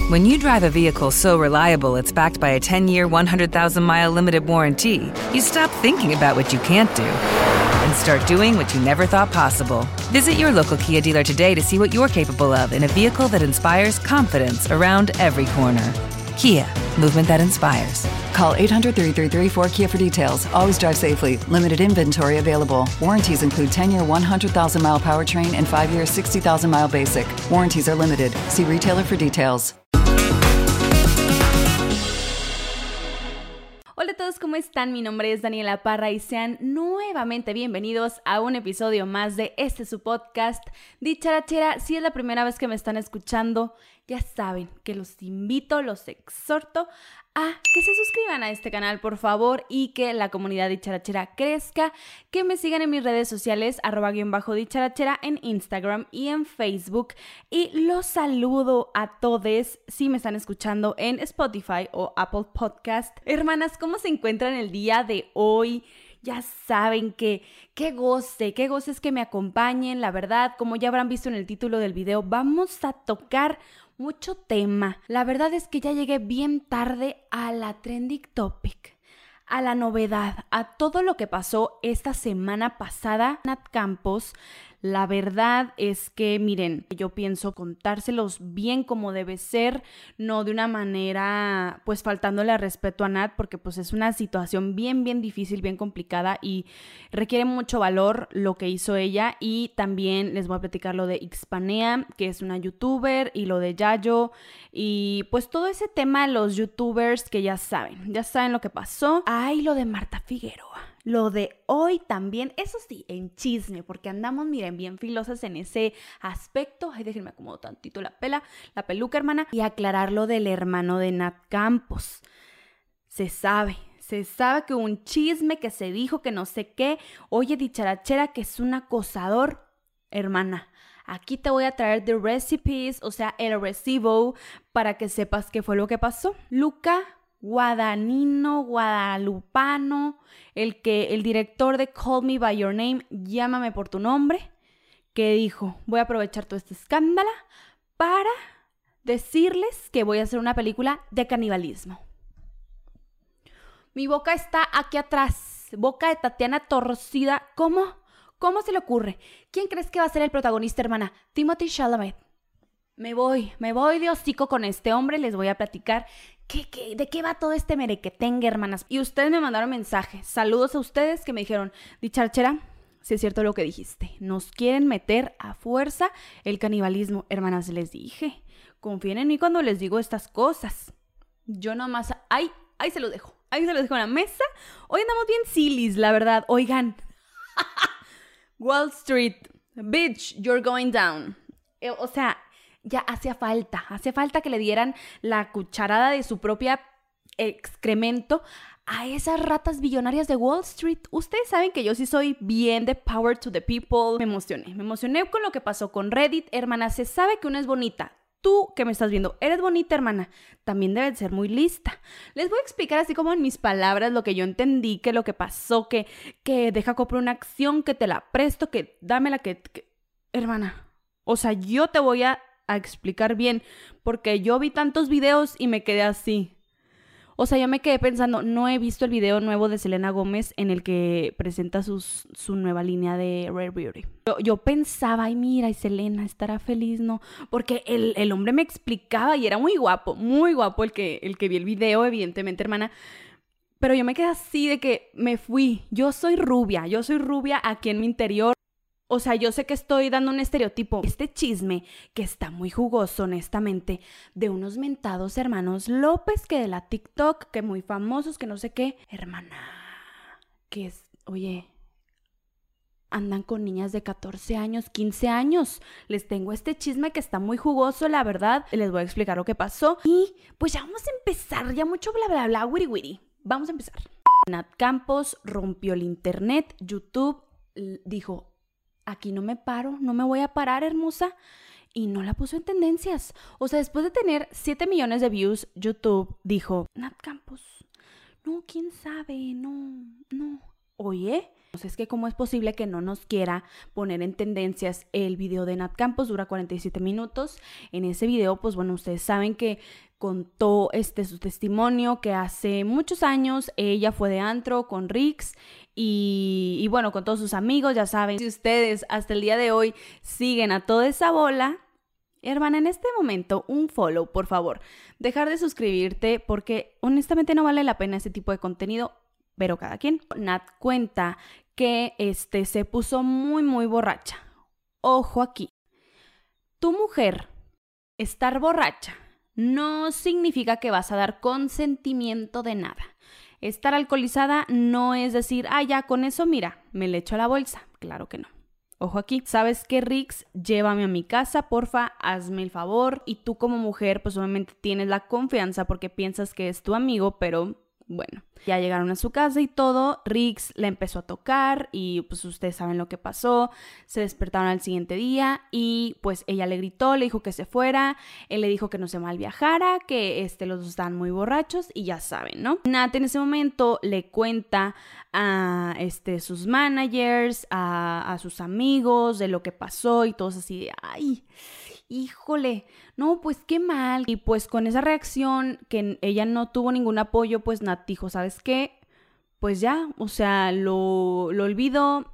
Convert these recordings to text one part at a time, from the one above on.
When you drive a vehicle so reliable it's backed by a 10-year, 100,000-mile limited warranty, you stop thinking about what you can't do and start doing what you never thought possible. Visit your local Kia dealer today to see what you're capable of in a vehicle that inspires confidence around every corner. Kia, movement that inspires. Call 800-333-4KIA for details. Always drive safely. Limited inventory available. Warranties include 10-year 100,000-mile powertrain and 5-year 60,000-mile basic. Warranties are limited. See retailer for details. Hola a todos, ¿cómo están? Mi nombre es Daniela Parra y sean nuevamente bienvenidos a un episodio más de su podcast, Dicharachera. Si es la primera vez que me están escuchando, ya saben que los invito, los exhorto a que se suscriban a este canal, por favor, y que la comunidad dicharachera crezca, que me sigan en mis redes sociales, @_dicharachera en Instagram y en Facebook, y los saludo a todos si me están escuchando en Spotify o Apple Podcast. Hermanas, ¿cómo se encuentran el día de hoy? Ya saben que qué goce es que me acompañen, la verdad, como ya habrán visto en el título del video, vamos a tocar mucho tema. La verdad es que ya llegué bien tarde a la trending topic, a la novedad, a todo lo que pasó esta semana pasada. Nat Campos, la verdad es que, miren, yo pienso contárselos bien como debe ser, no de una manera, pues, faltándole al respeto a Nat, porque pues es una situación bien difícil, bien complicada y requiere mucho valor lo que hizo ella. Y también les voy a platicar lo de Xpanea, que es una youtuber, y lo de Yayo, y pues todo ese tema de los youtubers que ya saben lo que pasó. Ay, lo de Marta Figueroa. Lo de hoy también, eso sí, en chisme, porque andamos, miren, bien filosas en ese aspecto. Ay, déjenme acomodo tantito la peluca, hermana. Y aclarar lo del hermano de Nat Campos. Se sabe que hubo un chisme, que se dijo que no sé qué. Oye, dicharachera, que es un acosador. Hermana, aquí te voy a traer the recipes, o sea, el recibo, para que sepas qué fue lo que pasó. Luca Guadalupano, el director de Call Me By Your Name, Llámame por tu nombre, que dijo, voy a aprovechar todo este escándalo para decirles que voy a hacer una película de canibalismo. Mi boca está aquí atrás, boca de Tatiana torcida. ¿Cómo se le ocurre? ¿Quién crees que va a ser el protagonista, hermana? Timothée Chalamet. Me voy de hocico con este hombre, les voy a platicar de qué va todo este merequetengue, hermanas. Y ustedes me mandaron mensajes, saludos a ustedes que me dijeron, dicharachera, si es cierto lo que dijiste, nos quieren meter a fuerza el canibalismo. Hermanas, les dije, confíen en mí cuando les digo estas cosas. Yo nomás, ahí se los dejo en la mesa. Hoy andamos bien sillies, la verdad. Oigan, Wall Street, bitch, you're going down. O sea, ya hacía falta que le dieran la cucharada de su propia excremento a esas ratas billonarias de Wall Street. Ustedes saben que yo sí soy bien de power to the people. Me emocioné con lo que pasó con Reddit. Hermana, se sabe que una es bonita. Tú que me estás viendo, eres bonita, hermana, también debes ser muy lista. Les voy a explicar así como en mis palabras lo que yo entendí, que lo que pasó, que deja comprar una acción, que te la presto, que dámela, que... Hermana, o sea, yo te voy a explicar bien, porque yo vi tantos videos y me quedé así. O sea, yo me quedé pensando, no he visto el video nuevo de Selena Gómez en el que presenta su nueva línea de Rare Beauty. Yo pensaba, ay mira, y Selena estará feliz, ¿no? Porque el hombre me explicaba y era muy guapo el que vi el video, evidentemente, hermana. Pero yo me quedé así de que me fui. Yo soy rubia aquí en mi interior. O sea, yo sé que estoy dando un estereotipo. Este chisme, que está muy jugoso, honestamente, de unos mentados hermanos López, que de la TikTok, que muy famosos, que no sé qué. Hermana, que es, oye, andan con niñas de 14 años, 15 años. Les tengo este chisme que está muy jugoso, la verdad. Les voy a explicar lo que pasó. Y pues ya vamos a empezar, ya mucho bla, wiri wiri. Vamos a empezar. Nat Campos rompió el internet, YouTube dijo, aquí no me paro, no me voy a parar, hermosa. Y no la puso en tendencias. O sea, después de tener 7 millones de views, YouTube dijo, Nat Campos, no, quién sabe, no. Oye, Es que cómo es posible que no nos quiera poner en tendencias el video de Nat Campos, dura 47 minutos. En ese video, pues bueno, ustedes saben que contó su testimonio, que hace muchos años ella fue de antro con Riggs y bueno, con todos sus amigos, ya saben. Si ustedes hasta el día de hoy siguen a toda esa bola, hermana, en este momento, un follow, por favor. Dejar de suscribirte porque honestamente no vale la pena ese tipo de contenido, pero cada quien. Nat cuenta que se puso muy borracha. Ojo aquí. Tu mujer estar borracha no significa que vas a dar consentimiento de nada. Estar alcoholizada no es decir, ya con eso, mira, me le echo a la bolsa. Claro que no. Ojo aquí, ¿sabes qué, Riggs? Llévame a mi casa, porfa, hazme el favor. Y tú como mujer, pues obviamente tienes la confianza porque piensas que es tu amigo, pero bueno, ya llegaron a su casa y todo. Riggs la empezó a tocar y pues ustedes saben lo que pasó. Se despertaron al siguiente día y pues ella le gritó, le dijo que se fuera. Él le dijo que no se mal viajara, que los dos estaban muy borrachos y ya saben, ¿no? Nat en ese momento le cuenta a sus managers, a sus amigos de lo que pasó y todos así de, ay, híjole, no, pues qué mal. Y pues con esa reacción que ella no tuvo ningún apoyo, pues Nat dijo, ¿sabes qué? Pues ya, o sea, lo olvido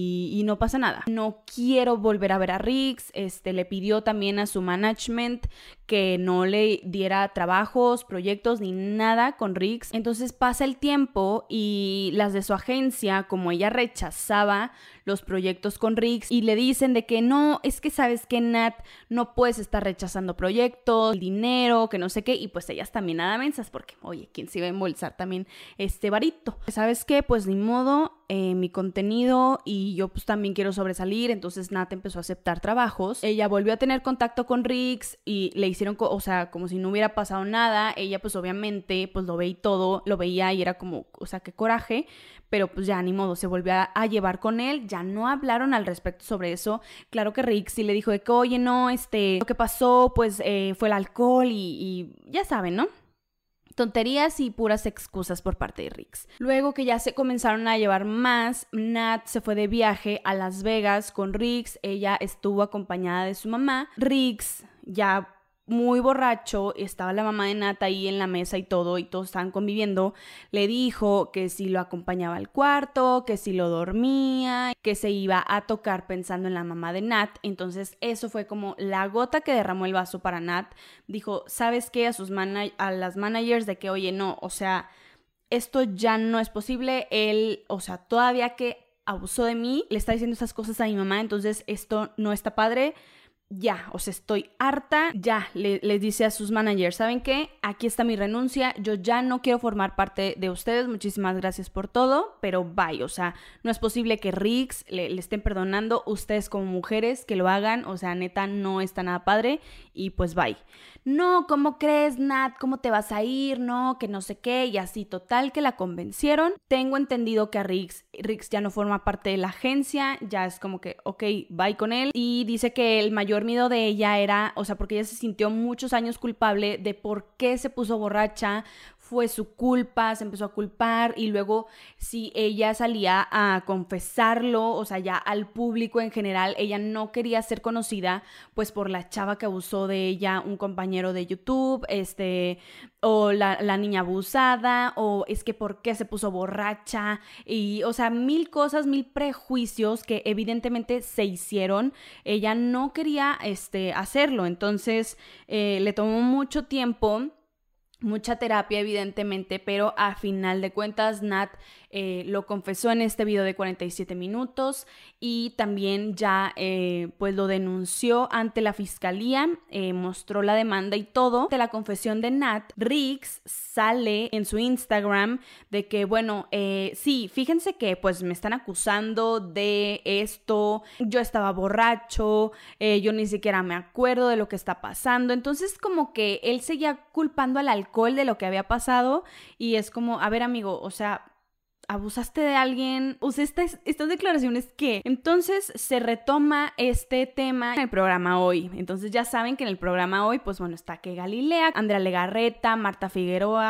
y no pasa nada. No quiero volver a ver a Riggs. Le pidió también a su management que no le diera trabajos, proyectos ni nada con Riggs. Entonces pasa el tiempo y las de su agencia, como ella rechazaba los proyectos con Riggs y le dicen de que no, es que sabes que Nat, no puedes estar rechazando proyectos, dinero, que no sé qué, y pues ellas también nada mensas porque, oye, ¿quién se iba a embolsar también varito? ¿Sabes qué? Pues ni modo, mi contenido y yo pues también quiero sobresalir. Entonces Nat empezó a aceptar trabajos. Ella volvió a tener contacto con Riggs y le hicieron, o sea, como si no hubiera pasado nada. Ella pues obviamente pues lo veía todo, lo veía y era como, o sea, qué coraje, pero pues ya ni modo, se volvió a llevar con él. Ya no hablaron al respecto sobre eso. Claro que Riggs sí le dijo de que, oye, no, lo que pasó pues fue el alcohol y ya saben, ¿no? Tonterías y puras excusas por parte de Riggs. Luego que ya se comenzaron a llevar más, Nat se fue de viaje a Las Vegas con Riggs. Ella estuvo acompañada de su mamá. Riggs, ya muy borracho, estaba la mamá de Nat ahí en la mesa y todos estaban conviviendo, le dijo que si lo acompañaba al cuarto, que si lo dormía, que se iba a tocar pensando en la mamá de Nat. Entonces eso fue como la gota que derramó el vaso para Nat. Dijo, ¿sabes qué? A las managers de que, oye, no, o sea, esto ya no es posible. Él, o sea, todavía que abusó de mí, le está diciendo esas cosas a mi mamá, entonces esto no está padre. Ya, o sea, estoy harta. Ya, les dice a sus managers, ¿saben qué? Aquí está mi renuncia, yo ya no quiero formar parte de ustedes, muchísimas gracias por todo, pero bye. O sea, no es posible que Riggs le estén perdonando, ustedes como mujeres que lo hagan, o sea, neta, no está nada padre y pues bye. No, ¿cómo crees, Nat? ¿Cómo te vas a ir? No, que no sé qué, y así, total que la convencieron. Tengo entendido que a Riggs ya no forma parte de la agencia, ya es como que, ok, bye con él, y dice que el mayor miedo de ella era, o sea, porque ella se sintió muchos años culpable de por qué se puso borracha, fue su culpa, se empezó a culpar y luego si ella salía a confesarlo, o sea, ya al público en general, ella no quería ser conocida pues por la chava que abusó de ella, un compañero de YouTube, o la niña abusada, o es que por qué se puso borracha y, o sea, mil cosas, mil prejuicios que evidentemente se hicieron. Ella no quería hacerlo, entonces le tomó mucho tiempo, mucha terapia evidentemente, pero a final de cuentas Nat lo confesó en este video de 47 minutos y también ya pues lo denunció ante la fiscalía, mostró la demanda y todo. De la confesión de Nat, Riggs sale en su Instagram de que bueno, sí, fíjense que pues me están acusando de esto, yo estaba borracho, yo ni siquiera me acuerdo de lo que está pasando. Entonces como que él seguía culpando al alcohol de lo que había pasado y es como, a ver amigo, o sea, abusaste de alguien, o sea, estas declaraciones que entonces se retoma este tema en el programa hoy. Entonces ya saben que en el programa hoy pues bueno, está que Galilea, Andrea Legarreta, Marta Figueroa,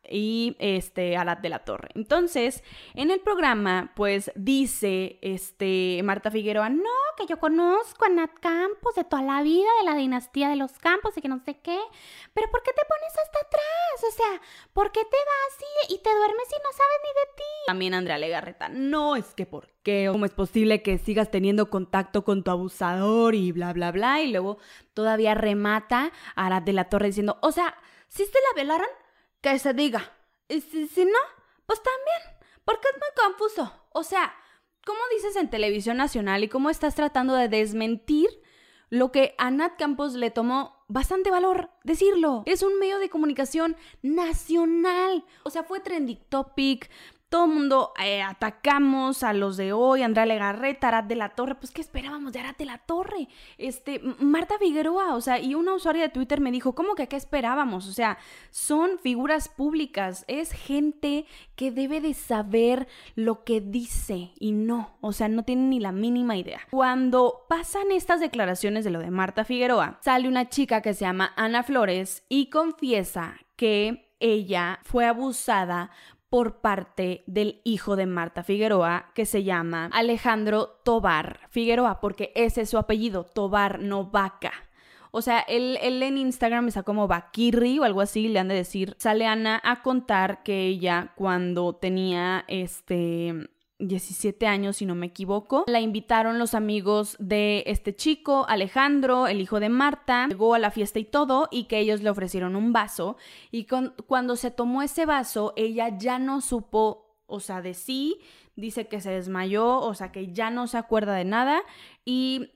y Arad de la Torre. Entonces, en el programa, pues dice Marta Figueroa, no, que yo conozco a Nat Campos de toda la vida, de la dinastía de los Campos y que no sé qué, pero ¿por qué te pones hasta atrás? O sea, ¿por qué te vas y te duermes y no sabes ni de ti? También Andrea Legarreta, no, es que ¿por qué? ¿Cómo es posible que sigas teniendo contacto con tu abusador y bla, bla, bla? Y luego todavía remata a Arad de la Torre diciendo, o sea, si se la violaron, que se diga. Y si no, pues también, porque es muy confuso. O sea, ¿cómo dices en Televisión Nacional y cómo estás tratando de desmentir lo que a Nat Campos le tomó bastante valor decirlo? Es un medio de comunicación nacional. O sea, fue trending topic. Todo el mundo atacamos a los de hoy, Andrea Legarreta, Arad de la Torre. Pues, ¿qué esperábamos de Arad de la Torre? Marta Figueroa, o sea, y una usuaria de Twitter me dijo, ¿cómo que qué esperábamos? O sea, son figuras públicas, es gente que debe de saber lo que dice y no, o sea, no tienen ni la mínima idea. Cuando pasan estas declaraciones de lo de Marta Figueroa, sale una chica que se llama Ana Flores y confiesa que ella fue abusada por parte del hijo de Marta Figueroa, que se llama Alejandro Tobar Figueroa, porque ese es su apellido, Tobar, no Vaca. O sea, él en Instagram está como Vaquirri o algo así, le han de decir. Sale Ana a contar que ella, cuando tenía 17 años, si no me equivoco, la invitaron los amigos de este chico, Alejandro, el hijo de Marta, llegó a la fiesta y todo, y que ellos le ofrecieron un vaso, y cuando se tomó ese vaso, ella ya no supo, o sea, de sí, dice que se desmayó, o sea, que ya no se acuerda de nada, y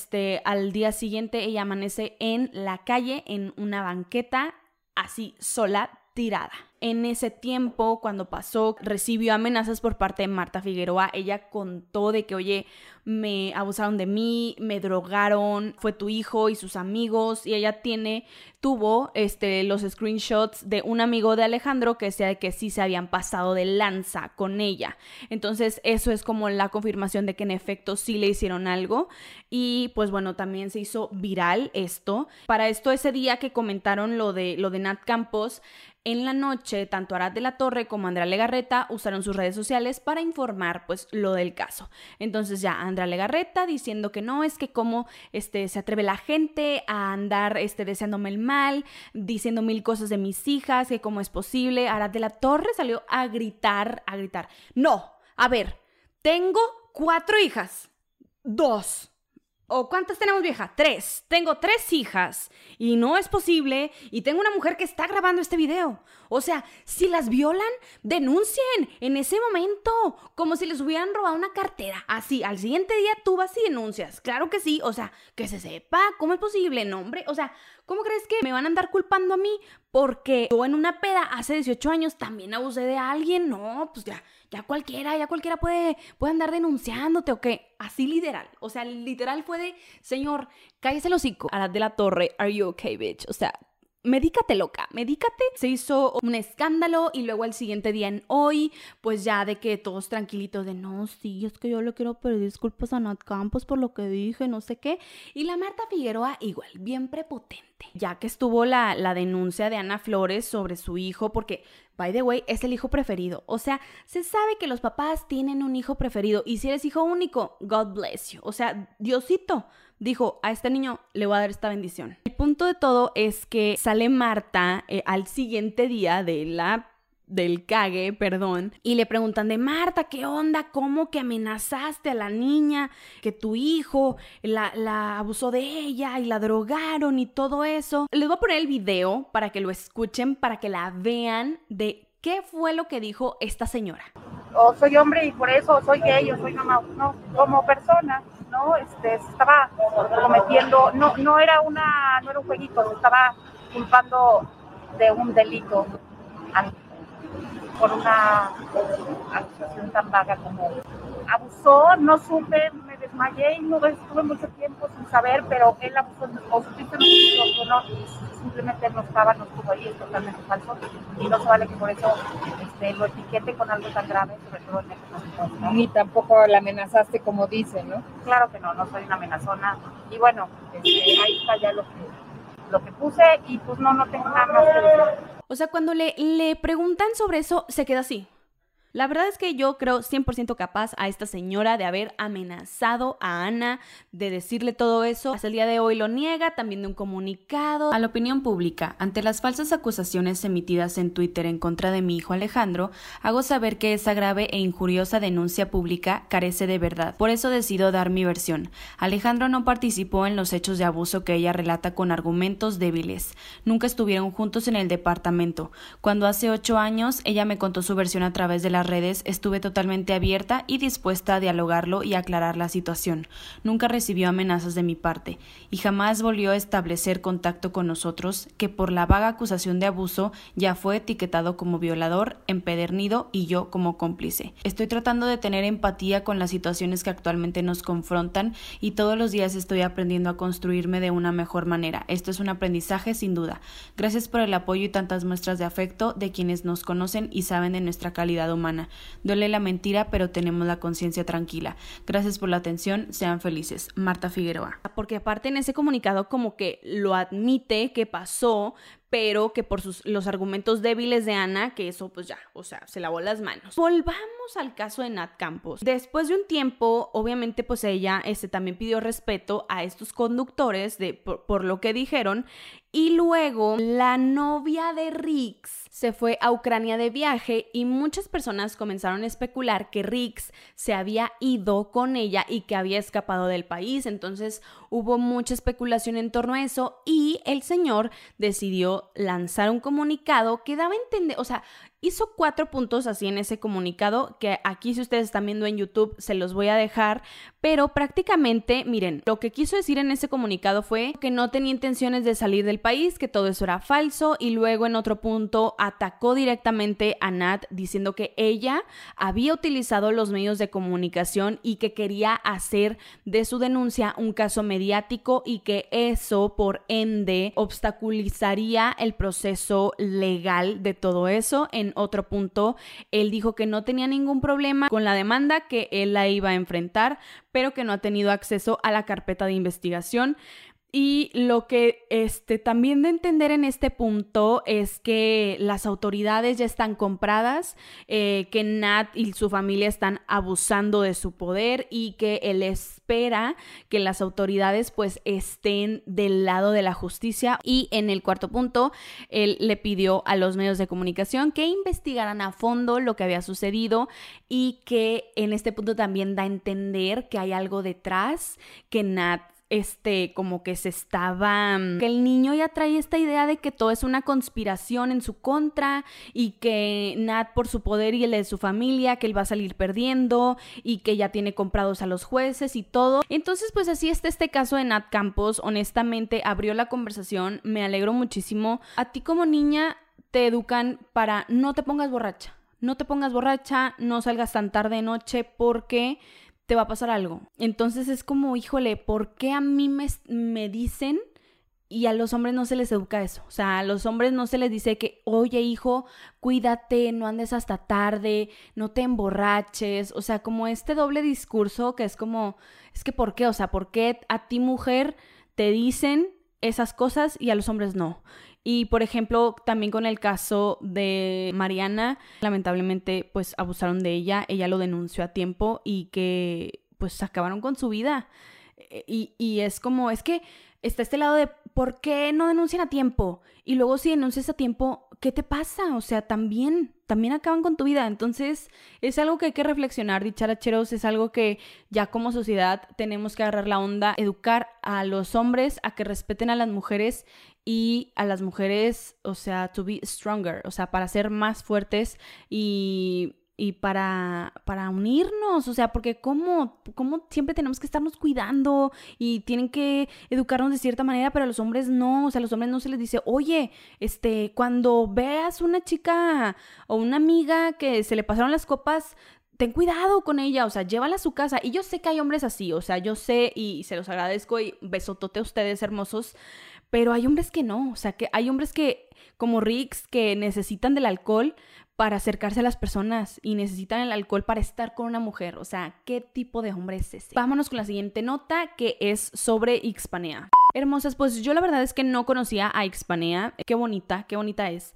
al día siguiente ella amanece en la calle, en una banqueta, así, sola, tirada. En ese tiempo, cuando pasó, recibió amenazas por parte de Marta Figueroa. Ella contó de que, oye, me abusaron de mí, me drogaron, fue tu hijo y sus amigos. Y ella tuvo los screenshots de un amigo de Alejandro que decía que sí se habían pasado de lanza con ella. Entonces, eso es como la confirmación de que en efecto sí le hicieron algo. Y pues bueno, también se hizo viral esto. Para esto, ese día que comentaron lo de Nat Campos, en la noche, tanto Arad de la Torre como Andrea Legarreta usaron sus redes sociales para informar, pues, lo del caso. Entonces ya Andrea Legarreta diciendo que no, es que cómo se atreve la gente a andar deseándome el mal, diciendo mil cosas de mis hijas, que cómo es posible. Arad de la Torre salió a gritar. No, a ver, tengo 4 hijas, 2. ¿O cuántas tenemos, vieja? 3. Tengo 3 hijas y no es posible, y tengo una mujer que está grabando este video. O sea, si las violan, denuncien en ese momento, como si les hubieran robado una cartera. Así, al siguiente día tú vas y denuncias. Claro que sí, o sea, que se sepa. ¿Cómo es posible? No, hombre, o sea, ¿cómo crees que me van a andar culpando a mí porque yo en una peda hace 18 años también abusé de alguien? No, pues ya cualquiera puede andar denunciándote, o qué. Así literal. O sea, literal fue de, señor, cállese el hocico. Arad de la Torre, are you okay, bitch? O sea, medícate, loca, medícate. Se hizo un escándalo y luego al siguiente día en Hoy, pues ya de que todos tranquilitos de, no, sí, es que yo le quiero pedir disculpas a Nat Campos por lo que dije, no sé qué. Y la Marta Figueroa igual, bien prepotente. Ya que estuvo la denuncia de Ana Flores sobre su hijo, porque, by the way, es el hijo preferido. O sea, se sabe que los papás tienen un hijo preferido, y si eres hijo único, God bless you. O sea, Diosito dijo, a este niño le voy a dar esta bendición. El punto de todo es que sale Marta al siguiente día del cague, y le preguntan de Marta, ¿qué onda? ¿Cómo que amenazaste a la niña? Que tu hijo la abusó de ella y la drogaron y todo eso. Les voy a poner el video para que lo escuchen, para que la vean de qué fue lo que dijo esta señora. O soy hombre y por eso soy gay, o soy mamá, no, como persona, ¿no? Estaba cometiendo, no era un jueguito, se estaba culpando de un delito por una acusación tan vaga como abusó. No supe, me desmayé y no estuve mucho tiempo sin saber, pero él abusó de mi esposo. Simplemente no estuvo ahí, es totalmente falso, y no se vale que por eso lo etiquete con algo tan grave, sobre todo en México, ¿no? Ni tampoco la amenazaste como dice, ¿no? Claro que no soy una amenazona, y bueno, ahí está ya lo que puse, y pues no tengo nada más que decir. O sea, cuando le preguntan sobre eso, se queda así. La verdad es que yo creo 100% capaz a esta señora de haber amenazado a Ana, de decirle todo eso. Hasta el día de hoy lo niega, también de un comunicado. A la opinión pública, ante las falsas acusaciones emitidas en Twitter en contra de mi hijo Alejandro, hago saber que esa grave e injuriosa denuncia pública carece de verdad. Por eso decido dar mi versión. Alejandro no participó en los hechos de abuso que ella relata con argumentos débiles. Nunca estuvieron juntos en el departamento. Cuando hace 8 años ella me contó su versión a través de las redes, estuve totalmente abierta y dispuesta a dialogarlo y aclarar la situación. Nunca recibió amenazas de mi parte y jamás volvió a establecer contacto con nosotros, que por la vaga acusación de abuso ya fue etiquetado como violador, empedernido y yo como cómplice. Estoy tratando de tener empatía con las situaciones que actualmente nos confrontan y todos los días estoy aprendiendo a construirme de una mejor manera. Esto es un aprendizaje sin duda. Gracias por el apoyo y tantas muestras de afecto de quienes nos conocen y saben de nuestra calidad humana. Duele la mentira, pero tenemos la conciencia tranquila. Gracias por la atención, sean felices. Marta Figueroa. Porque aparte en ese comunicado como que lo admite que pasó, pero que por los argumentos débiles de Ana, que eso pues ya, o sea, se lavó las manos. Volvamos al caso de Nat Campos. Después de un tiempo, obviamente pues ella también pidió respeto a estos conductores por lo que dijeron, y luego la novia de Riggs se fue a Ucrania de viaje y muchas personas comenzaron a especular que Riggs se había ido con ella y que había escapado del país. Entonces hubo mucha especulación en torno a eso y el señor decidió lanzar un comunicado que daba a entender, o sea, hizo 4 puntos así en ese comunicado, que aquí si ustedes están viendo en YouTube se los voy a dejar, pero prácticamente, miren, lo que quiso decir en ese comunicado fue que no tenía intenciones de salir del país, que todo eso era falso, y luego en otro punto atacó directamente a Nat diciendo que ella había utilizado los medios de comunicación y que quería hacer de su denuncia un caso mediático y que eso, por ende, obstaculizaría el proceso legal de todo eso. En otro punto, él dijo que no tenía ningún problema con la demanda, que él la iba a enfrentar, pero que no ha tenido acceso a la carpeta de investigación. Y lo que también de entender en este punto es que las autoridades ya están compradas, que Nat y su familia están abusando de su poder y que él espera que las autoridades pues estén del lado de la justicia. Y en el cuarto punto, él le pidió a los medios de comunicación que investigaran a fondo lo que había sucedido y que en este punto también da a entender que hay algo detrás, que Nat como que que el niño ya trae esta idea de que todo es una conspiración en su contra y que Nat por su poder y el de su familia, que él va a salir perdiendo y que ya tiene comprados a los jueces y todo. Entonces pues así está este caso de Nat Campos. Honestamente abrió la conversación, me alegro muchísimo. A ti como niña te educan para no te pongas borracha, no salgas tan tarde de noche porque te va a pasar algo. Entonces es como, híjole, ¿por qué a mí me dicen y a los hombres no se les educa eso? O sea, a los hombres no se les dice que, oye, hijo, cuídate, no andes hasta tarde, no te emborraches. O sea, como este doble discurso que es como, es que ¿por qué? O sea, ¿por qué a ti, mujer, te dicen esas cosas y a los hombres no? Y, por ejemplo, también con el caso de Mariana, lamentablemente, pues, abusaron de ella. Ella lo denunció a tiempo y que, pues, acabaron con su vida. Y es como, es que está este lado de, ¿por qué no denuncian a tiempo? Y luego si denuncias a tiempo, ¿qué te pasa? O sea, también acaban con tu vida. Entonces, es algo que hay que reflexionar, dicharacheros. Es algo que ya como sociedad tenemos que agarrar la onda, educar a los hombres a que respeten a las mujeres y a las mujeres, o sea, to be stronger, o sea, para ser más fuertes y para unirnos, o sea, porque ¿cómo siempre tenemos que estarnos cuidando y tienen que educarnos de cierta manera, pero a los hombres no? O sea, a los hombres no se les dice, oye, cuando veas una chica o una amiga que se le pasaron las copas, ten cuidado con ella, o sea, llévala a su casa. Y yo sé que hay hombres así, o sea, yo sé y se los agradezco y besotote a ustedes hermosos, pero hay hombres que no, o sea, que hay hombres que, como Riggs, que necesitan del alcohol para acercarse a las personas y necesitan el alcohol para estar con una mujer. O sea, ¿qué tipo de hombre es ese? Vámonos con la siguiente nota, que es sobre Xpanea. Hermosas, pues yo la verdad es que no conocía a Ixpanea. Qué bonita es.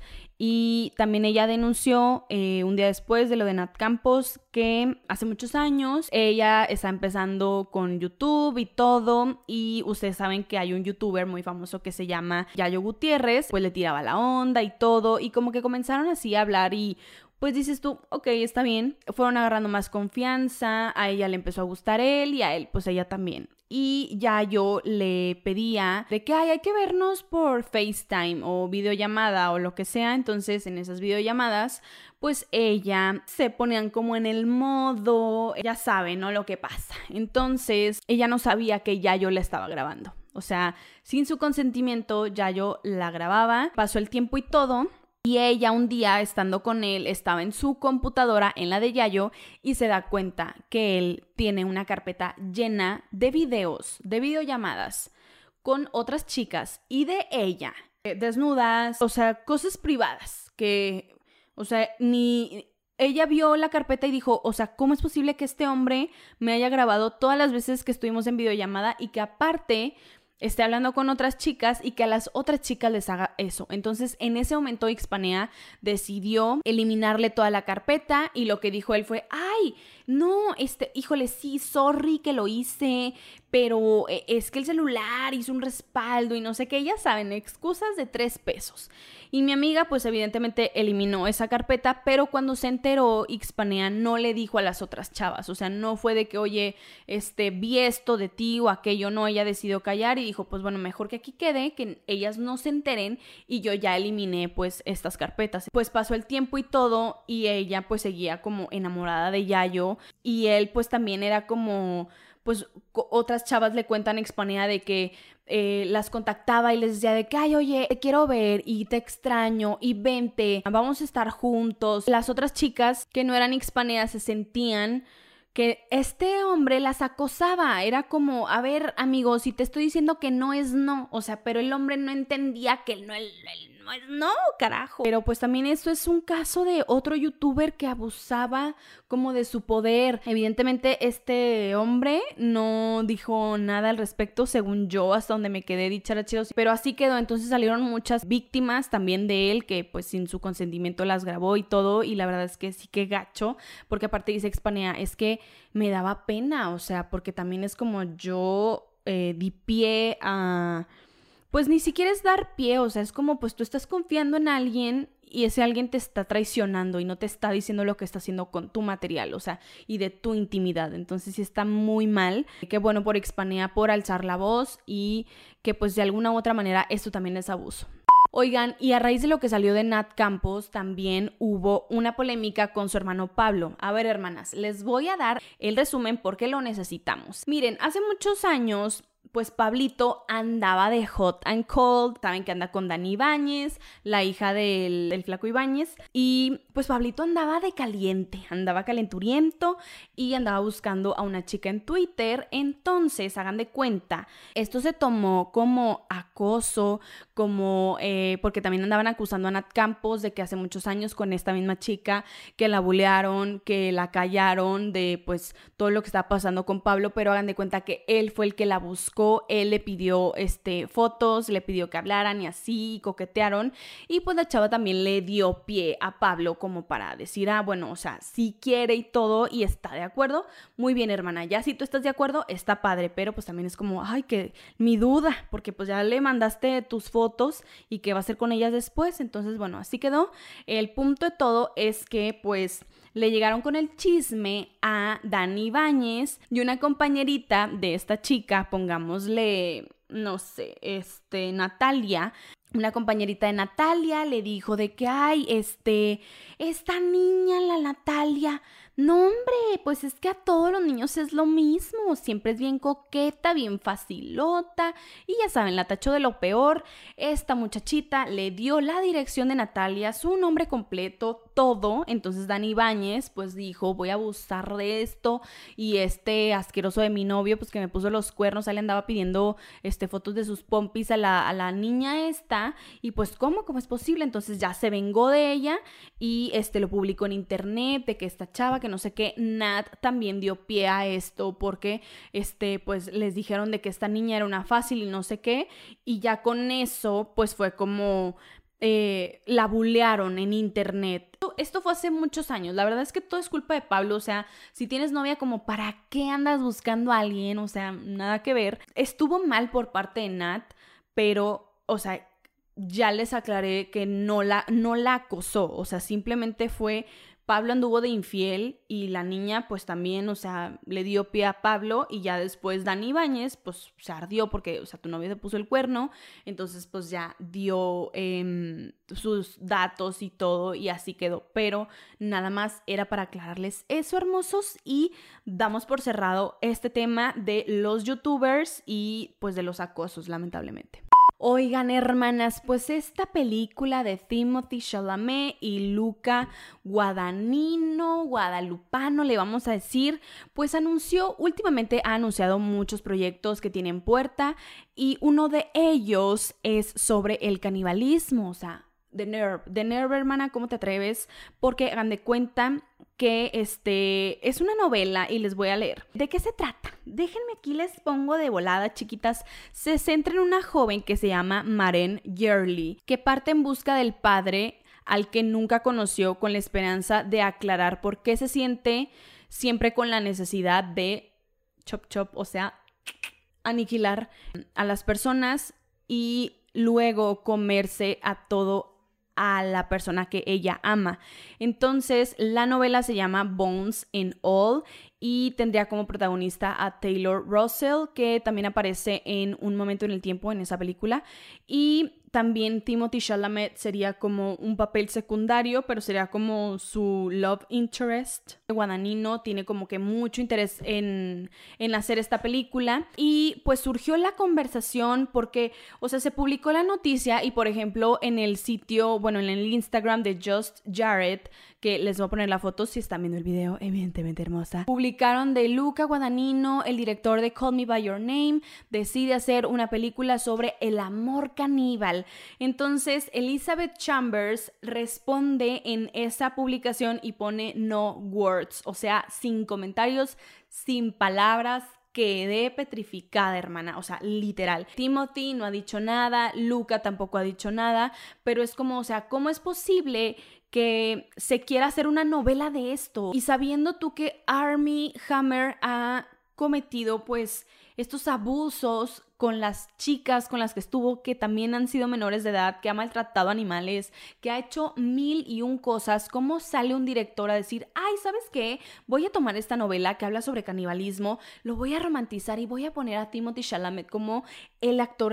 Y también ella denunció un día después de lo de Nat Campos que hace muchos años ella está empezando con YouTube y todo, y ustedes saben que hay un youtuber muy famoso que se llama Yayo Gutiérrez, pues le tiraba la onda y todo, y como que comenzaron así a hablar y pues dices tú, ok, está bien. Fueron agarrando más confianza, a ella le empezó a gustar él y a él, pues ella también. Y ya yo le pedía de que hay que vernos por FaceTime o videollamada o lo que sea. Entonces en esas videollamadas pues ella se ponían como en el modo, ya saben, ¿no? Lo que pasa. Entonces ella no sabía que ya yo la estaba grabando. O sea, sin su consentimiento ya yo la grababa. Pasó el tiempo y todo. Y ella un día, estando con él, estaba en su computadora, en la de Yayo, y se da cuenta que él tiene una carpeta llena de videos, de videollamadas, con otras chicas y de ella, desnudas, o sea, cosas privadas, que, o sea, ni... Ella vio la carpeta y dijo, o sea, ¿cómo es posible que este hombre me haya grabado todas las veces que estuvimos en videollamada y que aparte esté hablando con otras chicas y que a las otras chicas les haga eso? Entonces, en ese momento Ixpanea decidió eliminarle toda la carpeta y lo que dijo él fue, ay, no, híjole, sí, sorry que lo hice, pero es que el celular hizo un respaldo y no sé qué, ya saben, excusas de 3 pesos. Y mi amiga, pues evidentemente eliminó esa carpeta, pero cuando se enteró, Ixpanea no le dijo a las otras chavas, o sea, no fue de que, oye, vi esto de ti o aquello, no, ella decidió callar y dijo, pues bueno, mejor que aquí quede, que ellas no se enteren y yo ya eliminé pues estas carpetas. Pues pasó el tiempo y todo y ella pues seguía como enamorada de Yayo y él pues también era como... pues otras chavas le cuentan a Ixpanea de que las contactaba y les decía de que, ay, oye, te quiero ver y te extraño y vente, vamos a estar juntos. Las otras chicas que no eran Ixpanea se sentían que este hombre las acosaba. Era como, a ver, amigos, si te estoy diciendo que no es no, o sea, pero el hombre no entendía que el no es no, carajo. Pero pues también esto es un caso de otro youtuber que abusaba como de su poder. Evidentemente este hombre no dijo nada al respecto, según yo, hasta donde me quedé dicharacheros, pero así quedó. Entonces salieron muchas víctimas también de él que pues sin su consentimiento las grabó y todo, y la verdad es que sí que gacho, porque aparte dice Ixpanea, es que me daba pena, o sea, porque también es como yo di pie a... pues ni siquiera es dar pie, o sea, es como pues tú estás confiando en alguien y ese alguien te está traicionando y no te está diciendo lo que está haciendo con tu material, o sea, y de tu intimidad. Entonces sí está muy mal. Qué bueno por Ixpanea por alzar la voz y que pues de alguna u otra manera esto también es abuso. Oigan, y a raíz de lo que salió de Nat Campos, también hubo una polémica con su hermano Pablo. A ver, hermanas, les voy a dar el resumen porque lo necesitamos. Miren, hace muchos años... pues Pablito andaba de hot and cold, saben que anda con Dani Ibáñez, la hija del flaco Ibáñez, y pues Pablito andaba de caliente, andaba calenturiento y andaba buscando a una chica en Twitter. Entonces, hagan de cuenta, esto se tomó como acoso, como porque también andaban acusando a Nat Campos de que hace muchos años con esta misma chica que la bulearon, que la callaron de pues todo lo que estaba pasando con Pablo, pero hagan de cuenta que él fue el que la buscó. Él le pidió fotos, le pidió que hablaran y así coquetearon, y pues la chava también le dio pie a Pablo como para decir, bueno, o sea, sí quiere y todo y está de acuerdo, muy bien, hermana, ya si tú estás de acuerdo está padre, pero pues también es como, ay, que mi duda, porque pues ya le mandaste tus fotos y qué va a hacer con ellas después. Entonces bueno, así quedó. El punto de todo es que pues le llegaron con el chisme a Dani Ibáñez y una compañerita de esta chica, pongámosle, no sé, Natalia. Una compañerita de Natalia le dijo de que, ay, esta niña, la Natalia, no, hombre, pues es que a todos los niños es lo mismo, siempre es bien coqueta, bien facilota, y ya saben, la tachó de lo peor. Esta muchachita le dio la dirección de Natalia, su nombre completo, todo. Entonces Dani Ibáñez pues dijo, voy a abusar de esto, y asqueroso de mi novio pues que me puso los cuernos, ahí le andaba pidiendo fotos de sus pompis a la niña esta, y pues ¿cómo es posible? Entonces ya se vengó de ella y lo publicó en internet de que esta chava que que no sé qué. Nat también dio pie a esto porque, pues les dijeron de que esta niña era una fácil y no sé qué, y ya con eso, pues fue como la bulearon en internet. Esto fue hace muchos años. La verdad es que todo es culpa de Pablo. O sea, si tienes novia, como ¿para qué andas buscando a alguien? O sea, nada que ver. Estuvo mal por parte de Nat, pero, o sea, ya les aclaré que no la acosó. O sea, simplemente fue Pablo anduvo de infiel y la niña pues también, o sea, le dio pie a Pablo, y ya después Dani Ibáñez pues se ardió porque, o sea, tu novio te puso el cuerno, entonces pues ya dio sus datos y todo y así quedó. Pero nada más era para aclararles eso, hermosos, y damos por cerrado este tema de los youtubers y pues de los acosos, lamentablemente. Oigan, hermanas, pues esta película de Timothée Chalamet y Luca Guadalupano, le vamos a decir, pues últimamente ha anunciado muchos proyectos que tiene en puerta, y uno de ellos es sobre el canibalismo. O sea, The Nerve, hermana, ¿cómo te atreves? Porque hagan de cuenta que es una novela y les voy a leer. ¿De qué se trata? Déjenme aquí, les pongo de volada, chiquitas. Se centra en una joven que se llama Maren Yearly, que parte en busca del padre al que nunca conoció, con la esperanza de aclarar por qué se siente siempre con la necesidad de o sea, aniquilar a las personas y luego comerse a la persona que ella ama. Entonces, la novela se llama Bones and All y tendría como protagonista a Taylor Russell, que también aparece en Un momento en el tiempo en esa película, y también Timothée Chalamet sería como un papel secundario, pero sería como su love interest. Guadagnino tiene como que mucho interés en hacer esta película, y pues surgió la conversación porque, o sea, se publicó la noticia y, por ejemplo, en el sitio, bueno, en el Instagram de Just Jared, que les voy a poner la foto si están viendo el video, evidentemente hermosa, publicaron de Luca Guadagnino, el director de Call Me By Your Name, decide hacer una película sobre el amor caníbal. Entonces, Elizabeth Chambers responde en esa publicación y pone no words, o sea, sin comentarios, sin palabras. Quedé petrificada, hermana, o sea, literal. Timothy no ha dicho nada, Luca tampoco ha dicho nada, pero es como, o sea, ¿cómo es posible que se quiera hacer una novela de esto? Y sabiendo tú que Armie Hammer ha cometido, pues, estos abusos con las chicas con las que estuvo, que también han sido menores de edad, que ha maltratado animales, que ha hecho 1001 cosas, ¿cómo sale un director a decir, ay, ¿sabes qué? Voy a tomar esta novela que habla sobre canibalismo, lo voy a romantizar y voy a poner a Timothée Chalamet como el actor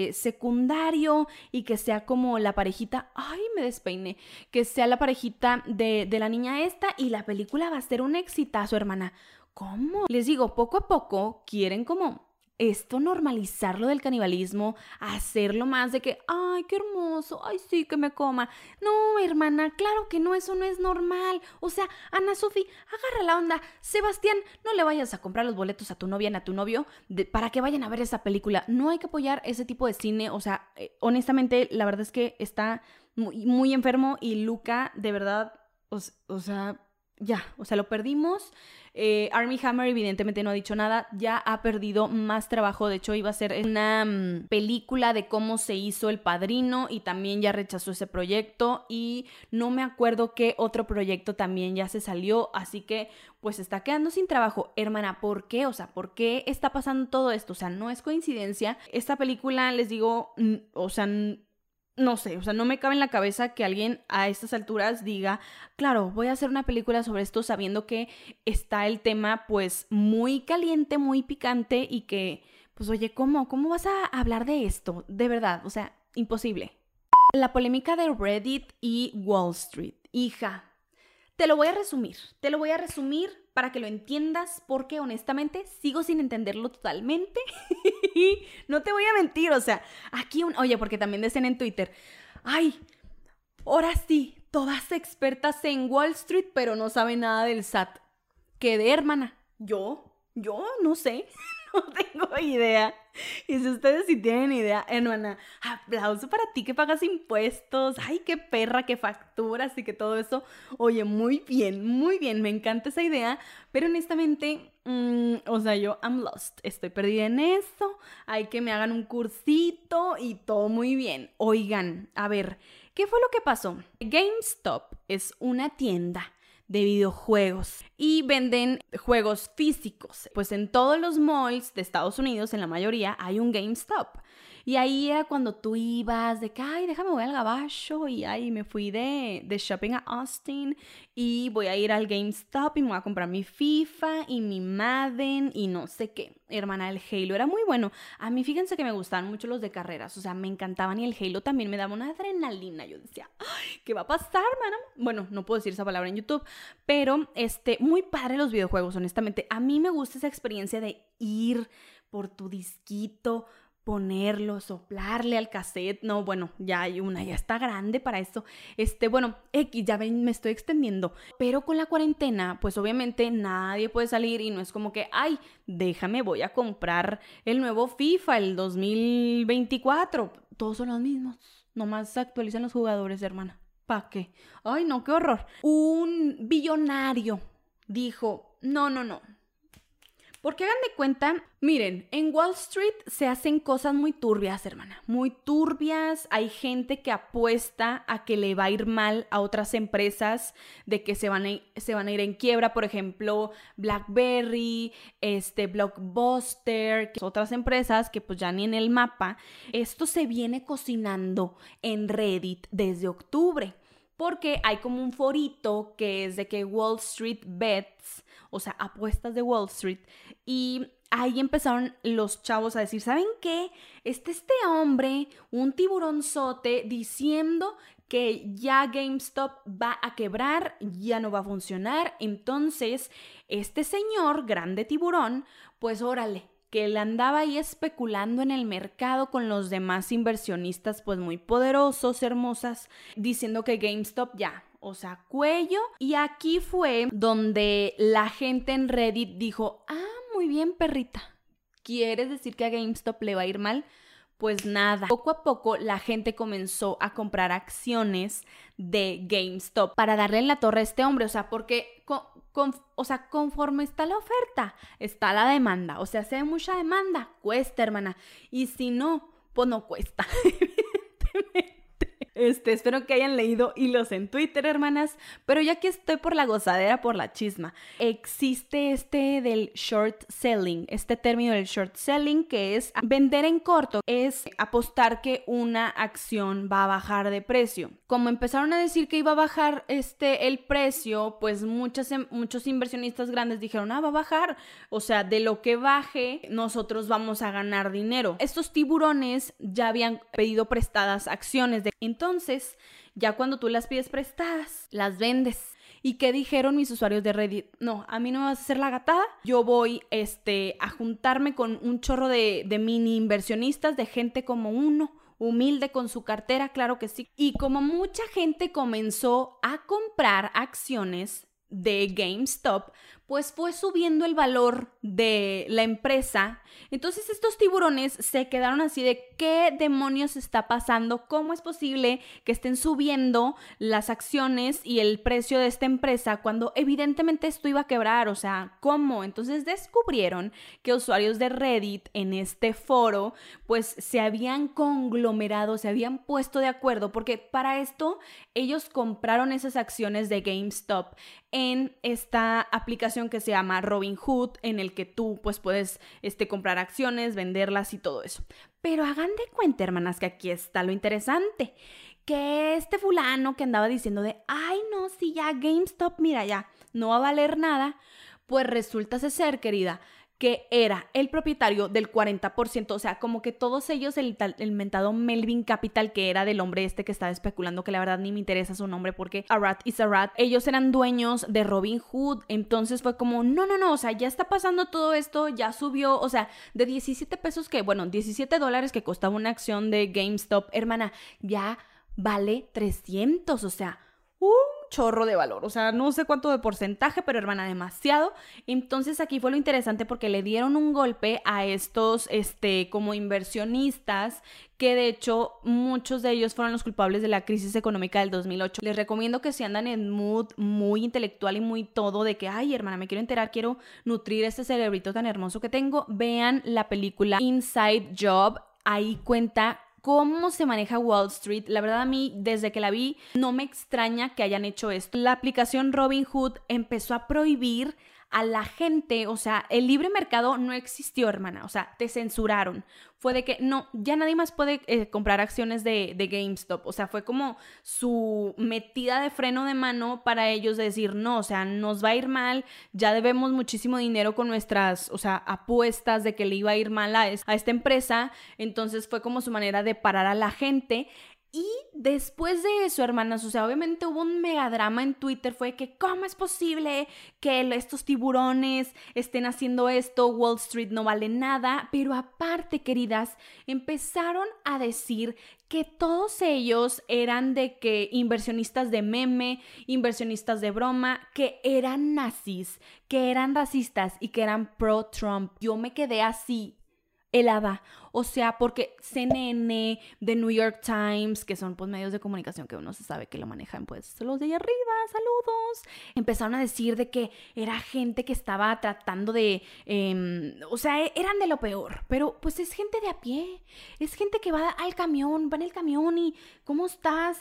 secundario, y que sea como la parejita, ay, me despeiné, que sea la parejita de la niña esta, y la película va a ser un exitazo, hermana? ¿Cómo? Les digo, poco a poco quieren como esto, normalizarlo del canibalismo, hacerlo más de que, ay, qué hermoso, ay, sí, que me coma. No, hermana, claro que no, eso no es normal. O sea, Ana Sofi, agarra la onda. Sebastián, no le vayas a comprar los boletos a tu novia ni a tu novio para que vayan a ver esa película. No hay que apoyar ese tipo de cine. O sea, honestamente, la verdad es que está muy, muy enfermo, y Luca, de verdad, o sea... ya, o sea, lo perdimos. Armie Hammer evidentemente no ha dicho nada, ya ha perdido más trabajo. De hecho, iba a ser una película de cómo se hizo El Padrino, y también ya rechazó ese proyecto, y no me acuerdo qué otro proyecto también ya se salió, así que pues está quedando sin trabajo. Hermana, ¿por qué? O sea, ¿por qué está pasando todo esto? O sea, no es coincidencia. Esta película, les digo, o sea... no sé, o sea, no me cabe en la cabeza que alguien a estas alturas diga, claro, voy a hacer una película sobre esto, sabiendo que está el tema pues muy caliente, muy picante, y que, pues oye, ¿cómo vas a hablar de esto? De verdad, o sea, imposible. La polémica de Reddit y Wall Street. Hija, te lo voy a resumir para que lo entiendas, porque honestamente sigo sin entenderlo totalmente. No te voy a mentir, o sea, aquí oye, porque también decían en Twitter, ay, ahora sí, todas expertas en Wall Street, pero no saben nada del SAT. ¿Qué de, hermana? Yo no sé. No tengo idea. Y si ustedes sí tienen idea, hermana, aplauso para ti que pagas impuestos. Ay, qué perra, que facturas y que todo eso. Oye, muy bien, me encanta esa idea. Pero honestamente, o sea, yo I'm lost. Estoy perdida en eso. Hay que me hagan un cursito y todo muy bien. Oigan, a ver, ¿qué fue lo que pasó? GameStop es una tienda de videojuegos y venden juegos físicos. Pues en todos los malls de Estados Unidos, en la mayoría, hay un GameStop. Y ahí era cuando tú ibas de que, ay, déjame voy al Gabacho y ahí me fui de shopping a Austin y voy a ir al GameStop y me voy a comprar mi FIFA y mi Madden y no sé qué. Hermana, el Halo era muy bueno. A mí fíjense que me gustaban mucho los de carreras, o sea, me encantaban y el Halo también me daba una adrenalina. Yo decía, ay, ¿qué va a pasar, hermana? Bueno, no puedo decir esa palabra en YouTube, pero muy padre los videojuegos, honestamente. A mí me gusta esa experiencia de ir por tu disquito, ponerlo, soplarle al cassette. No, bueno, ya hay una, ya está grande para eso. Bueno, ya ven, me estoy extendiendo. Pero con la cuarentena, pues obviamente nadie puede salir y no es como que, ay, déjame, voy a comprar el nuevo FIFA, el 2024. Todos son los mismos. Nomás se actualizan los jugadores, hermana. ¿Para qué? Ay, no, qué horror. Un billonario dijo, no. Porque hagan de cuenta, miren, en Wall Street se hacen cosas muy turbias, hermana, muy turbias. Hay gente que apuesta a que le va a ir mal a otras empresas, de que se van a ir en quiebra, por ejemplo, BlackBerry, Blockbuster, que otras empresas que pues ya ni en el mapa. Esto se viene cocinando en Reddit desde octubre. Porque hay como un forito que es de que Wall Street Bets, o sea, apuestas de Wall Street. Y ahí empezaron los chavos a decir, ¿saben qué? Este hombre, un tiburonzote, diciendo que ya GameStop va a quebrar, ya no va a funcionar. Entonces, este señor, grande tiburón, pues órale, que él andaba ahí especulando en el mercado con los demás inversionistas pues muy poderosos, hermosas, diciendo que GameStop ya, o sea, cuello. Y aquí fue donde la gente en Reddit dijo, muy bien, perrita, ¿quieres decir que a GameStop le va a ir mal? Pues nada, poco a poco la gente comenzó a comprar acciones de GameStop para darle en la torre a este hombre, o sea, porque conforme está la oferta, está la demanda, o sea, si hay mucha demanda, cuesta, hermana, y si no, pues no cuesta, evidentemente. Espero que hayan leído hilos en Twitter, hermanas, pero ya que estoy por la gozadera, por la chisma, existe del short selling, este término del short selling, que es vender en corto, es apostar que una acción va a bajar de precio. Como empezaron a decir que iba a bajar el precio, pues muchos inversionistas grandes dijeron, va a bajar, o sea, de lo que baje, nosotros vamos a ganar dinero. Estos tiburones ya habían pedido prestadas acciones entonces, ya cuando tú las pides prestadas, las vendes. ¿Y qué dijeron mis usuarios de Reddit? No, a mí no me vas a hacer la gatada. Yo voy a juntarme con un chorro de mini inversionistas, de gente como uno, humilde con su cartera, claro que sí. Y como mucha gente comenzó a comprar acciones de GameStop, pues fue subiendo el valor de la empresa. Entonces estos tiburones se quedaron así de ¿qué demonios está pasando? ¿Cómo es posible que estén subiendo las acciones y el precio de esta empresa cuando evidentemente esto iba a quebrar? O sea, ¿cómo? Entonces descubrieron que usuarios de Reddit en este foro pues se habían conglomerado, se habían puesto de acuerdo, porque para esto ellos compraron esas acciones de GameStop en esta aplicación que se llama Robinhood, en el que tú pues puedes comprar acciones, venderlas y todo eso. Pero hagan de cuenta, hermanas, que aquí está lo interesante, que este fulano que andaba diciendo ay no, si ya GameStop, mira, ya no va a valer nada, pues resulta ser, querida, que era el propietario del 40%, o sea, como que todos ellos, el mentado Melvin Capital, que era del hombre que estaba especulando, que la verdad ni me interesa su nombre porque a rat is a rat, ellos eran dueños de Robinhood. Entonces fue como, no, o sea, ya está pasando todo esto, ya subió, o sea, de 17 pesos $17 que costaba una acción de GameStop, hermana, ya vale 300, o sea, un chorro de valor, o sea, no sé cuánto de porcentaje, pero hermana, demasiado. Entonces aquí fue lo interesante porque le dieron un golpe a estos, como inversionistas, que de hecho muchos de ellos fueron los culpables de la crisis económica del 2008. Les recomiendo que si andan en mood muy intelectual y muy todo de que, ay, hermana, me quiero enterar, quiero nutrir este cerebrito tan hermoso que tengo, vean la película Inside Job. Ahí cuenta cómo se maneja Wall Street. La verdad, a mí, desde que la vi, no me extraña que hayan hecho esto. La aplicación Robinhood empezó a prohibir a la gente, o sea, el libre mercado no existió, hermana, o sea, te censuraron. Fue de que, no, ya nadie más puede comprar acciones de GameStop, o sea, fue como su metida de freno de mano para ellos de decir, no, o sea, nos va a ir mal, ya debemos muchísimo dinero con nuestras, o sea, apuestas de que le iba a ir mal a esta empresa, entonces fue como su manera de parar a la gente. Y después de eso, hermanas, o sea, obviamente hubo un megadrama en Twitter, fue que ¿cómo es posible que estos tiburones estén haciendo esto? Wall Street no vale nada, pero aparte, queridas, empezaron a decir que todos ellos eran de que inversionistas de meme, inversionistas de broma, que eran nazis, que eran racistas y que eran pro-Trump. Yo me quedé así, helada, o sea, porque CNN, The New York Times, que son pues medios de comunicación que uno se sabe que lo manejan pues los de allá arriba, saludos, empezaron a decir de que era gente que estaba tratando de, o sea, eran de lo peor, pero pues es gente de a pie, es gente que va al camión, va en el camión y ¿cómo estás,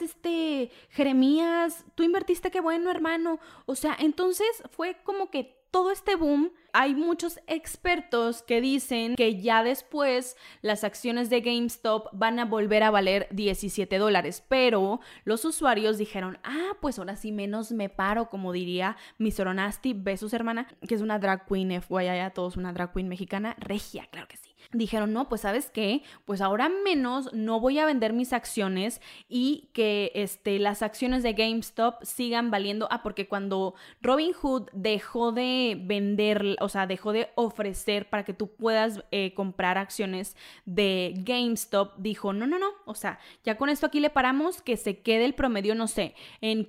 Jeremías? ¿Tú invertiste? Qué bueno, hermano. O sea, entonces fue como que todo este boom. Hay muchos expertos que dicen que ya después las acciones de GameStop van a volver a valer $17, pero los usuarios dijeron, pues ahora sí menos me paro, como diría Miss Oronasti, besos hermana, que es una drag queen, FYI, todos una drag queen mexicana, regia, claro que sí. Dijeron, no, pues ¿sabes qué? Pues ahora menos no voy a vender mis acciones y que las acciones de GameStop sigan valiendo. Porque cuando Robinhood dejó de vender, o sea, dejó de ofrecer para que tú puedas comprar acciones de GameStop, dijo, no, o sea, ya con esto aquí le paramos, que se quede el promedio, no sé, en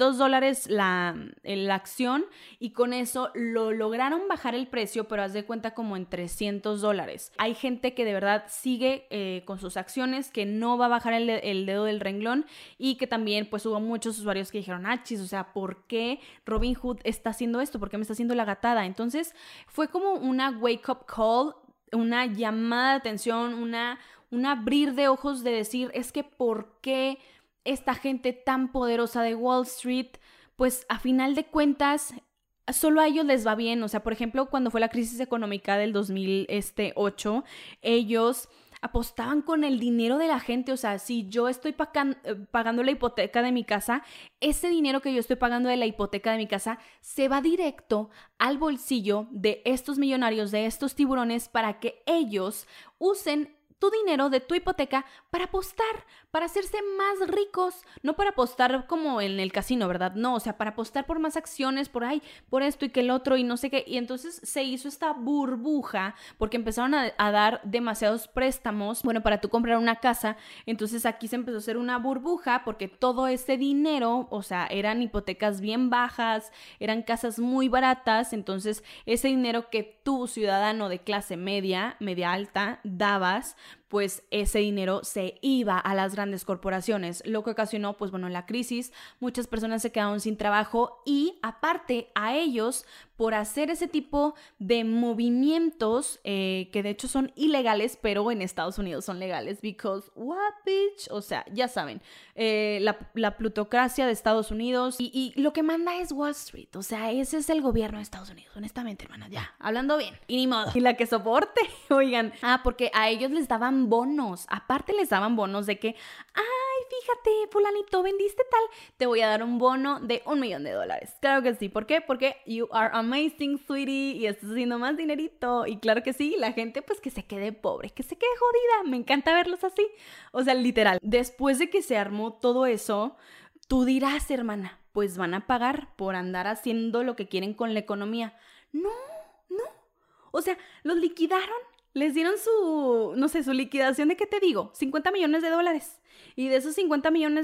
$500 la acción, y con eso lo lograron bajar el precio, pero haz de cuenta como en $300. Hay gente que de verdad sigue con sus acciones, que no va a bajar el dedo del renglón, y que también pues hubo muchos usuarios que dijeron, chis, o sea, ¿por qué Robinhood está haciendo esto? ¿Por qué me está haciendo la gatada? Entonces fue como una wake up call, una llamada de atención, un abrir de ojos de decir, es que ¿por qué esta gente tan poderosa de Wall Street, pues a final de cuentas solo a ellos les va bien? O sea, por ejemplo, cuando fue la crisis económica del 2008, ellos apostaban con el dinero de la gente. O sea, si yo estoy pagando la hipoteca de mi casa, ese dinero que yo estoy pagando de la hipoteca de mi casa se va directo al bolsillo de estos millonarios, de estos tiburones, para que ellos usen tu dinero de tu hipoteca para apostar, para hacerse más ricos, no para apostar como en el casino, ¿verdad? No, o sea, para apostar por más acciones, por esto y que el otro y no sé qué. Y entonces se hizo esta burbuja porque empezaron a dar demasiados préstamos, bueno, para tú comprar una casa. Entonces aquí se empezó a hacer una burbuja porque todo ese dinero, o sea, eran hipotecas bien bajas, eran casas muy baratas. Entonces ese dinero que tú, ciudadano de clase media alta, dabas, pues ese dinero se iba a las grandes corporaciones, lo que ocasionó, pues bueno, la crisis. Muchas personas se quedaron sin trabajo y aparte a ellos, por hacer ese tipo de movimientos que de hecho son ilegales, pero en Estados Unidos son legales, because what, bitch? O sea, ya saben, la plutocracia de Estados Unidos y lo que manda es Wall Street. O sea, ese es el gobierno de Estados Unidos, honestamente, hermanas, ya, hablando bien. Y ni modo. Y la que soporte, oigan. Porque a ellos les daban bonos, aparte les daban bonos de que, fíjate, fulanito, vendiste tal, te voy a dar un bono de $1 millón. Claro que sí. ¿Por qué? Porque you are amazing, sweetie, y estás haciendo más dinerito. Y claro que sí, la gente pues que se quede pobre, que se quede jodida. Me encanta verlos así. O sea, literal. Después de que se armó todo eso, tú dirás, hermana, pues van a pagar por andar haciendo lo que quieren con la economía. No. O sea, los liquidaron. Les dieron su liquidación de, ¿qué te digo? $50 millones. Y de esos $50 millones,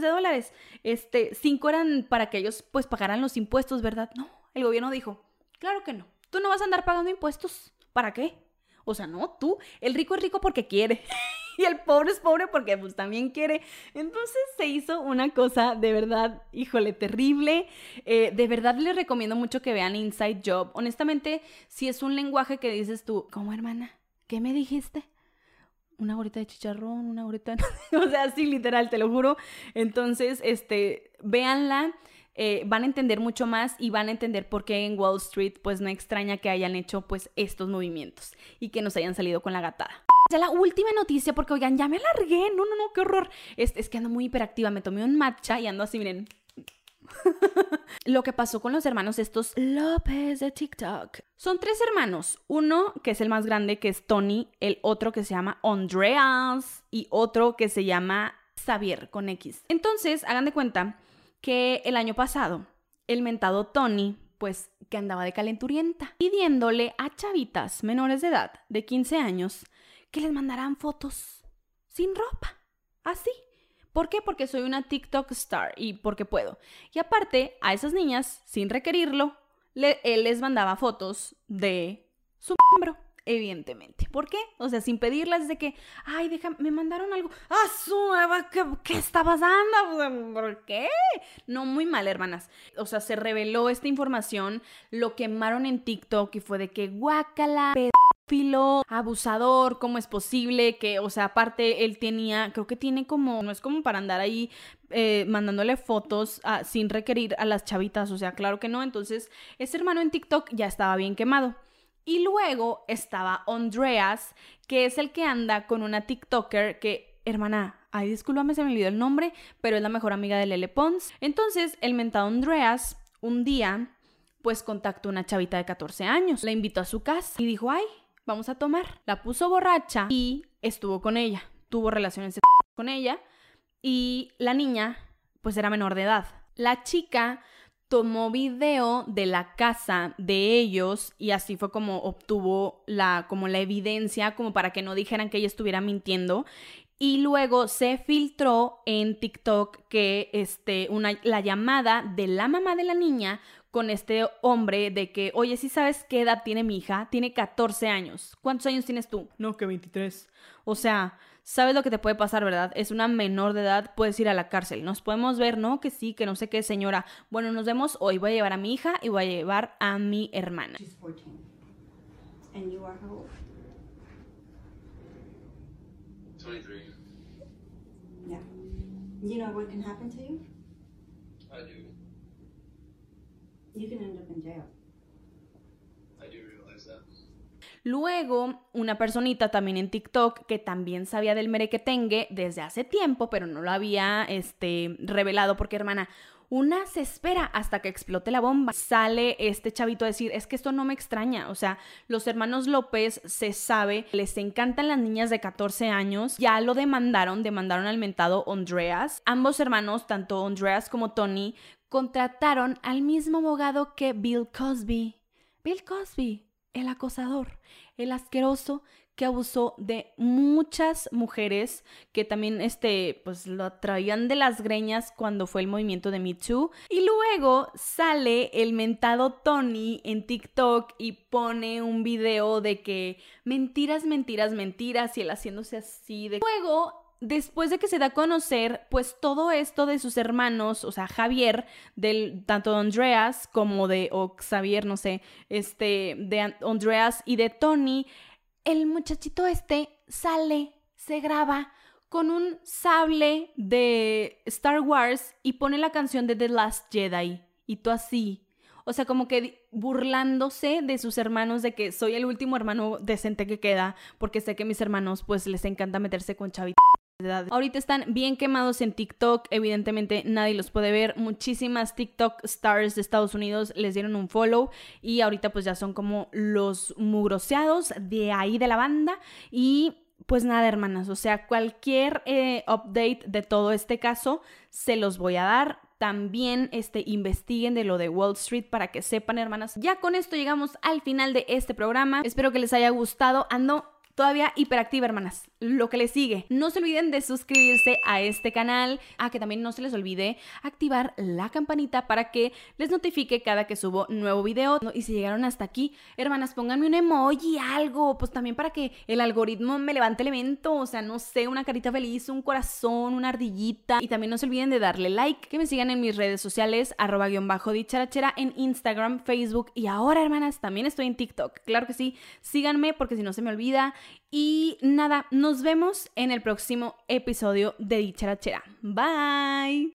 5 eran para que ellos pues pagaran los impuestos, ¿verdad? No, el gobierno dijo, claro que no, tú no vas a andar pagando impuestos, ¿para qué? O sea, no, tú, el rico es rico porque quiere y el pobre es pobre porque pues también quiere. Entonces se hizo una cosa de verdad, híjole, terrible. De verdad les recomiendo mucho que vean Inside Job. Honestamente, si es un lenguaje que dices tú, ¿cómo, hermana? ¿Qué me dijiste? Una gorrita de chicharrón, una gorrita... o sea, sí, literal, te lo juro. Entonces, véanla. Van a entender mucho más y van a entender por qué en Wall Street pues no extraña que hayan hecho pues estos movimientos y que nos hayan salido con la gatada. Ya la última noticia, porque oigan, ya me alargué, no, qué horror. Es que ando muy hiperactiva, me tomé un matcha y ando así, miren. Lo que pasó con los hermanos estos López de TikTok. Son 3 hermanos, uno que es el más grande, que es Tony, el otro que se llama Andreas y otro que se llama Xavier con X. Entonces, hagan de cuenta que el año pasado, el mentado Tony, pues que andaba de calenturienta, pidiéndole a chavitas menores de edad, de 15 años, que les mandaran fotos sin ropa, así. ¿Por qué? Porque soy una TikTok star y porque puedo. Y aparte, a esas niñas, sin requerirlo, él les mandaba fotos de su miembro. Evidentemente. ¿Por qué? O sea, sin pedirlas de que, ay, déjame, me mandaron algo. ¡Ah, ¿qué está pasando? ¿Por qué? No, muy mal, hermanas. O sea, se reveló esta información, lo quemaron en TikTok y fue de que guácala, pedófilo, abusador, ¿cómo es posible? Que, o sea, aparte él tenía, creo que tiene como, no es como para andar ahí mandándole fotos sin requerir a las chavitas, o sea, claro que no. Entonces, ese hermano en TikTok ya estaba bien quemado. Y luego estaba Andreas, que es el que anda con una TikToker que, hermana, ay, discúlpame, se me olvidó el nombre, pero es la mejor amiga de Lele Pons. Entonces, el mentado Andreas, un día, pues contactó a una chavita de 14 años. La invitó a su casa y dijo, ay, vamos a tomar. La puso borracha y estuvo con ella. Tuvo relaciones sexuales con ella y la niña, pues era menor de edad. La chica tomó video de la casa de ellos y así fue como obtuvo la evidencia, como para que no dijeran que ella estuviera mintiendo. Y luego se filtró en TikTok que la llamada de la mamá de la niña con este hombre de que, oye, ¿sí sabes qué edad tiene mi hija? Tiene 14 años. ¿Cuántos años tienes tú? No, que 23. O sea, sabes lo que te puede pasar, ¿verdad? Es una menor de edad, puedes ir a la cárcel. Nos podemos ver, ¿no? Que sí, que no sé qué, señora. Bueno, nos vemos hoy. Voy a llevar a mi hija y voy a llevar a mi hermana. She's 14. And you are how old? 23. Yeah. You know what can happen to you? I do. You can end up in jail. I do realize that. Luego, una personita también en TikTok que también sabía del merequetengue desde hace tiempo, pero no lo había revelado porque, hermana, una se espera hasta que explote la bomba. Sale este chavito a decir, es que esto no me extraña. O sea, los hermanos López se sabe, les encantan las niñas de 14 años. Ya lo demandaron al mentado Andreas. Ambos hermanos, tanto Andreas como Tony, contrataron al mismo abogado que Bill Cosby. Bill Cosby, el acosador, el asqueroso que abusó de muchas mujeres que también pues lo traían de las greñas cuando fue el movimiento de Me Too. Y luego sale el mentado Tony en TikTok y pone un video de que mentiras, mentiras, mentiras y él haciéndose así de... Luego, después de que se da a conocer, pues todo esto de sus hermanos, o sea, Javier, tanto de Andreas como o Xavier, no sé, de Andreas y de Tony, el muchachito sale, se graba con un sable de Star Wars y pone la canción de The Last Jedi. Y tú así, o sea, como que burlándose de sus hermanos, de que soy el último hermano decente que queda, porque sé que mis hermanos pues les encanta meterse con chavitos. Ahorita están bien quemados en TikTok, evidentemente nadie los puede ver. Muchísimas TikTok stars de Estados Unidos les dieron un follow y ahorita pues ya son como los mugroseados de ahí de la banda. Y pues nada, hermanas, o sea, cualquier update de todo este caso se los voy a dar. También investiguen de lo de Wall Street para que sepan, hermanas. Ya con esto llegamos al final de este programa. Espero que les haya gustado. Ando todavía hiperactiva, hermanas. Lo que les sigue. No se olviden de suscribirse a este canal. Que también no se les olvide activar la campanita para que les notifique cada que subo nuevo video. Y si llegaron hasta aquí, hermanas, pónganme un emoji, algo, pues también para que el algoritmo me levante el evento. O sea, no sé, una carita feliz, un corazón, una ardillita. Y también no se olviden de darle like, que me sigan en mis redes sociales, @dicharachera en Instagram, Facebook y ahora, hermanas, también estoy en TikTok. Claro que sí, síganme porque si no se me olvida. Y nada, nos vemos en el próximo episodio de Dicharachera. Bye.